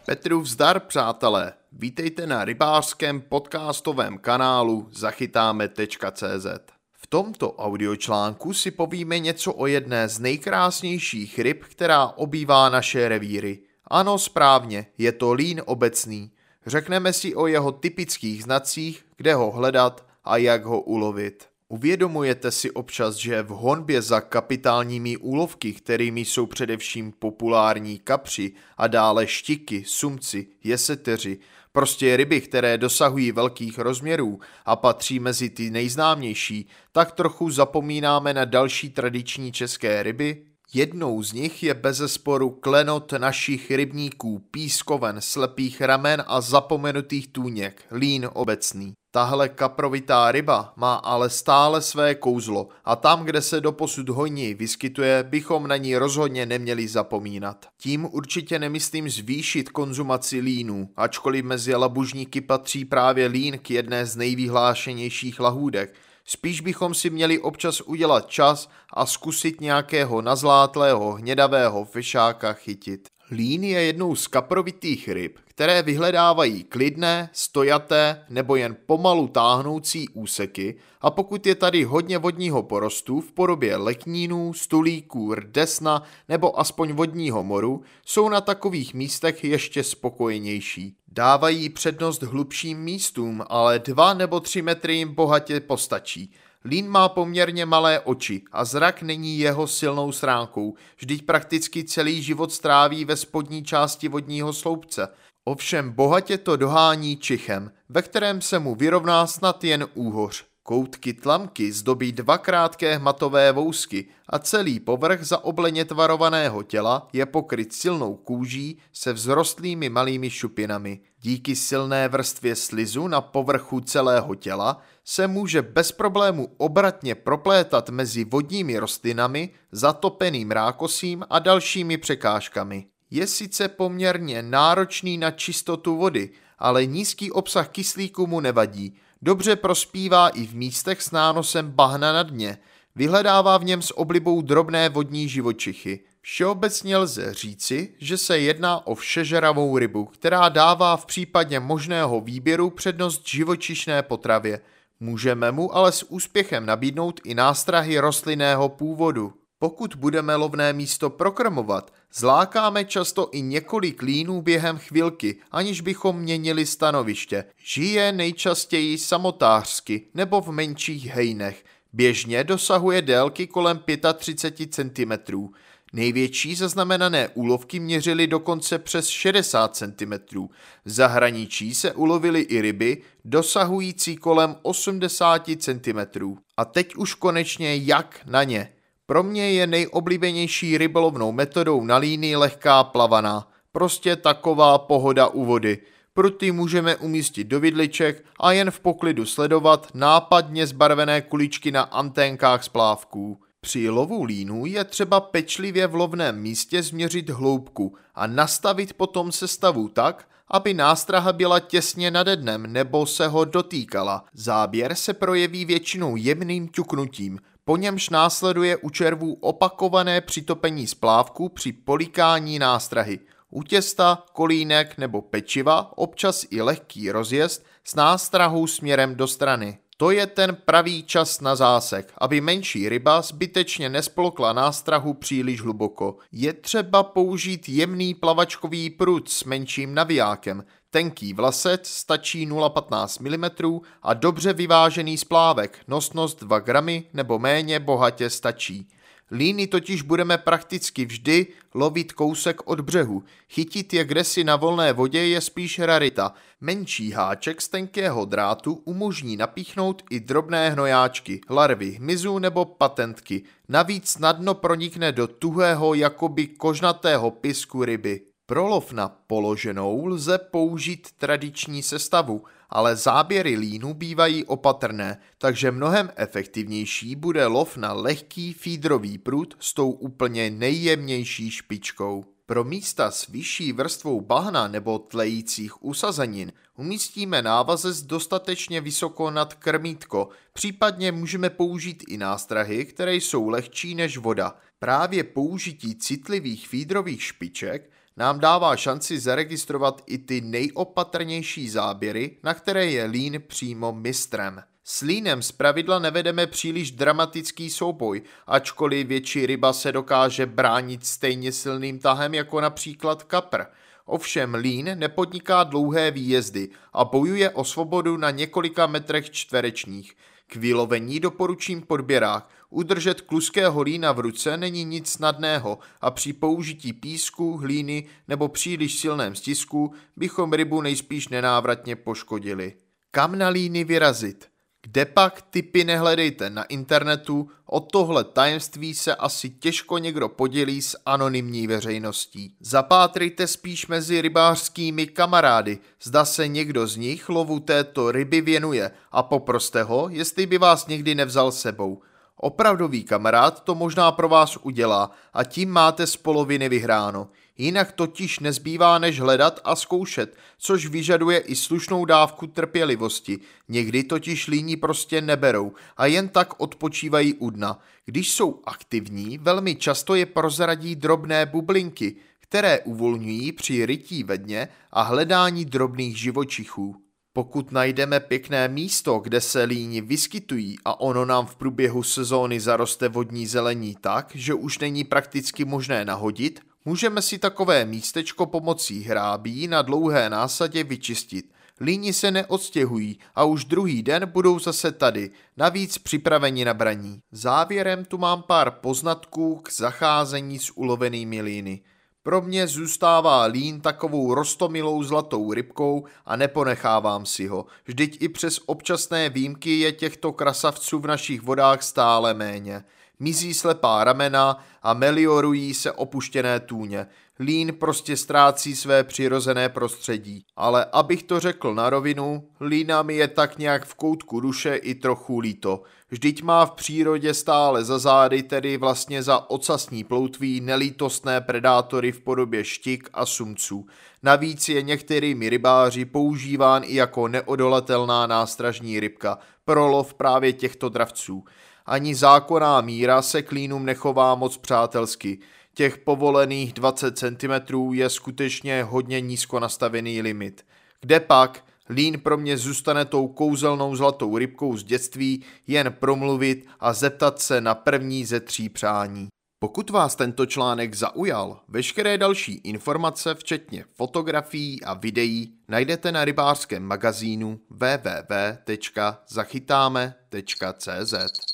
Petrův zdar, přátelé, vítejte na rybářském podcastovém kanálu zachytáme.cz. V tomto audiočlánku si povíme něco o jedné z nejkrásnějších ryb, která obývá naše revíry. Ano, správně, je to lín obecný. Řekneme si o jeho typických znacích, kde ho hledat a jak ho ulovit. Uvědomujete si občas, že v honbě za kapitálními úlovky, kterými jsou především populární kapři a dále štiky, sumci, jeseteři, prostě ryby, které dosahují velkých rozměrů a patří mezi ty nejznámější, tak trochu zapomínáme na další tradiční české ryby? Jednou z nich je bezesporu klenot našich rybníků, pískoven, slepých ramen a zapomenutých tůněk, lín obecný. Tahle kaprovitá ryba má ale stále své kouzlo a tam, kde se doposud hojně vyskytuje, bychom na ní rozhodně neměli zapomínat. Tím určitě nemyslím zvýšit konzumaci línů, ačkoliv mezi labužníky patří právě lín k jedné z nejvyhlášenějších lahůdek. Spíš bychom si měli občas udělat čas a zkusit nějakého nazlátlého hnědavého fešáka chytit. Lín je jednou z kaprovitých ryb, které vyhledávají klidné, stojaté nebo jen pomalu táhnoucí úseky, a pokud je tady hodně vodního porostu v podobě leknínů, stulíků, rdesna nebo aspoň vodního moru, jsou na takových místech ještě spokojenější. Dávají přednost hlubším místům, ale 2 nebo 3 metry jim bohatě postačí. Lín má poměrně malé oči a zrak není jeho silnou stránkou, vždyť prakticky celý život stráví ve spodní části vodního sloupce. Ovšem bohatě to dohání čichem, ve kterém se mu vyrovná snad jen úhoř. Koutky tlamky zdobí 2 krátké hmatové vousky a celý povrch zaobleně tvarovaného těla je pokryt silnou kůží se vzrostlými malými šupinami. Díky silné vrstvě slizu na povrchu celého těla se může bez problému obratně proplétat mezi vodními rostlinami, zatopeným rákosím a dalšími překážkami. Je sice poměrně náročný na čistotu vody, ale nízký obsah kyslíku mu nevadí. Dobře prospívá i v místech s nánosem bahna na dně. Vyhledává v něm s oblibou drobné vodní živočichy. Všeobecně lze říci, že se jedná o všežravou rybu, která dává v případě možného výběru přednost živočišné potravě. Můžeme mu ale s úspěchem nabídnout i nástrahy rostlinného původu. Pokud budeme lovné místo prokrmovat, zlákáme často i několik línů během chvilky, aniž bychom měnili stanoviště. Žije nejčastěji samotářsky nebo v menších hejnech. Běžně dosahuje délky kolem 35 cm. Největší zaznamenané úlovky měřily dokonce přes 60 cm. V zahraničí se ulovily i ryby dosahující kolem 80 cm. A teď už konečně jak na ně. Pro mě je nejoblíbenější rybolovnou metodou na líny lehká plavaná. Prostě taková pohoda u vody. Pruty můžeme umístit do vidliček a jen v poklidu sledovat nápadně zbarvené kuličky na anténkách splávků. Při lovu línů je třeba pečlivě v lovném místě změřit hloubku a nastavit potom sestavu tak, aby nástraha byla těsně nade dnem nebo se ho dotýkala. Záběr se projeví většinou jemným ťuknutím, po němž následuje u červů opakované přitopení splávku při políkání nástrahy. U těsta, kolínek nebo pečiva občas i lehký rozjezd s nástrahou směrem do strany. To je ten pravý čas na zásek, aby menší ryba zbytečně nesplokla nástrahu příliš hluboko. Je třeba použít jemný plavačkový prut s menším navijákem. Tenký vlasec stačí 0,15 mm a dobře vyvážený splávek, nosnost 2 gramy nebo méně bohatě stačí. Líny totiž budeme prakticky vždy lovit kousek od břehu. Chytit je kdesi na volné vodě je spíš rarita. Menší háček z tenkého drátu umožní napíchnout i drobné hnojáčky, larvy, hmyzu nebo patentky. Navíc snadno pronikne do tuhého jakoby kožnatého pisku ryby. Pro lov na položenou lze použít tradiční sestavu, ale záběry línu bývají opatrné, takže mnohem efektivnější bude lov na lehký fídrový prut s tou úplně nejjemnější špičkou. Pro místa s vyšší vrstvou bahna nebo tlejících usazenin umístíme návazec dostatečně vysoko nad krmítko, případně můžeme použít i nástrahy, které jsou lehčí než voda. Právě použití citlivých fídrových špiček nám dává šanci zaregistrovat i ty nejopatrnější záběry, na které je lín přímo mistrem. S línem zpravidla nevedeme příliš dramatický souboj, ačkoliv větší ryba se dokáže bránit stejně silným tahem jako například kapr. Ovšem lín nepodniká dlouhé výjezdy a bojuje o svobodu na několika metrech čtverečních. K vylovení doporučím podběrák. Udržet kluského lína v ruce není nic snadného a při použití písku, hlíny nebo příliš silném stisku bychom rybu nejspíš nenávratně poškodili. Kam na líny vyrazit? Kdepak tipy nehledejte na internetu, o tohle tajemství se asi těžko někdo podělí s anonymní veřejností. Zapátrejte spíš mezi rybářskými kamarády, zda se někdo z nich lovu této ryby věnuje a poproste ho, jestli by vás někdy nevzal sebou. Opravdový kamarád to možná pro vás udělá a tím máte z poloviny vyhráno. Jinak totiž nezbývá než hledat a zkoušet, což vyžaduje i slušnou dávku trpělivosti. Někdy totiž líní prostě neberou a jen tak odpočívají u dna. Když jsou aktivní, velmi často je prozradí drobné bublinky, které uvolňují při rytí ve dně a hledání drobných živočichů. Pokud najdeme pěkné místo, kde se líni vyskytují a ono nám v průběhu sezóny zaroste vodní zelení tak, že už není prakticky možné nahodit, můžeme si takové místečko pomocí hrábí na dlouhé násadě vyčistit. Líni se neodstěhují a už druhý den budou zase tady, navíc připraveni na braní. Závěrem tu mám pár poznatků k zacházení s ulovenými líny. Pro mě zůstává lín takovou roztomilou zlatou rybkou a neponechávám si ho. Vždyť i přes občasné výjimky je těchto krasavců v našich vodách stále méně. Mizí slepá ramena a meliorují se opuštěné tůně. Lín prostě ztrácí své přirozené prostředí. Ale abych to řekl na rovinu, lína mi je tak nějak v koutku duše i trochu líto. Vždyť má v přírodě stále za zády, tedy vlastně za ocasní ploutví, nelítostné predátory v podobě štik a sumců. Navíc je některými rybáři používán i jako neodolatelná nástražní rybka pro lov právě těchto dravců. Ani zákonná míra se k línům nechová moc přátelsky. Těch povolených 20 cm je skutečně hodně nízko nastavený limit. Kdepak, lín pro mě zůstane tou kouzelnou zlatou rybkou z dětství, jen promluvit a zeptat se na první ze 3 přání. Pokud vás tento článek zaujal, veškeré další informace, včetně fotografií a videí, najdete na rybářském magazínu www.zachytame.cz.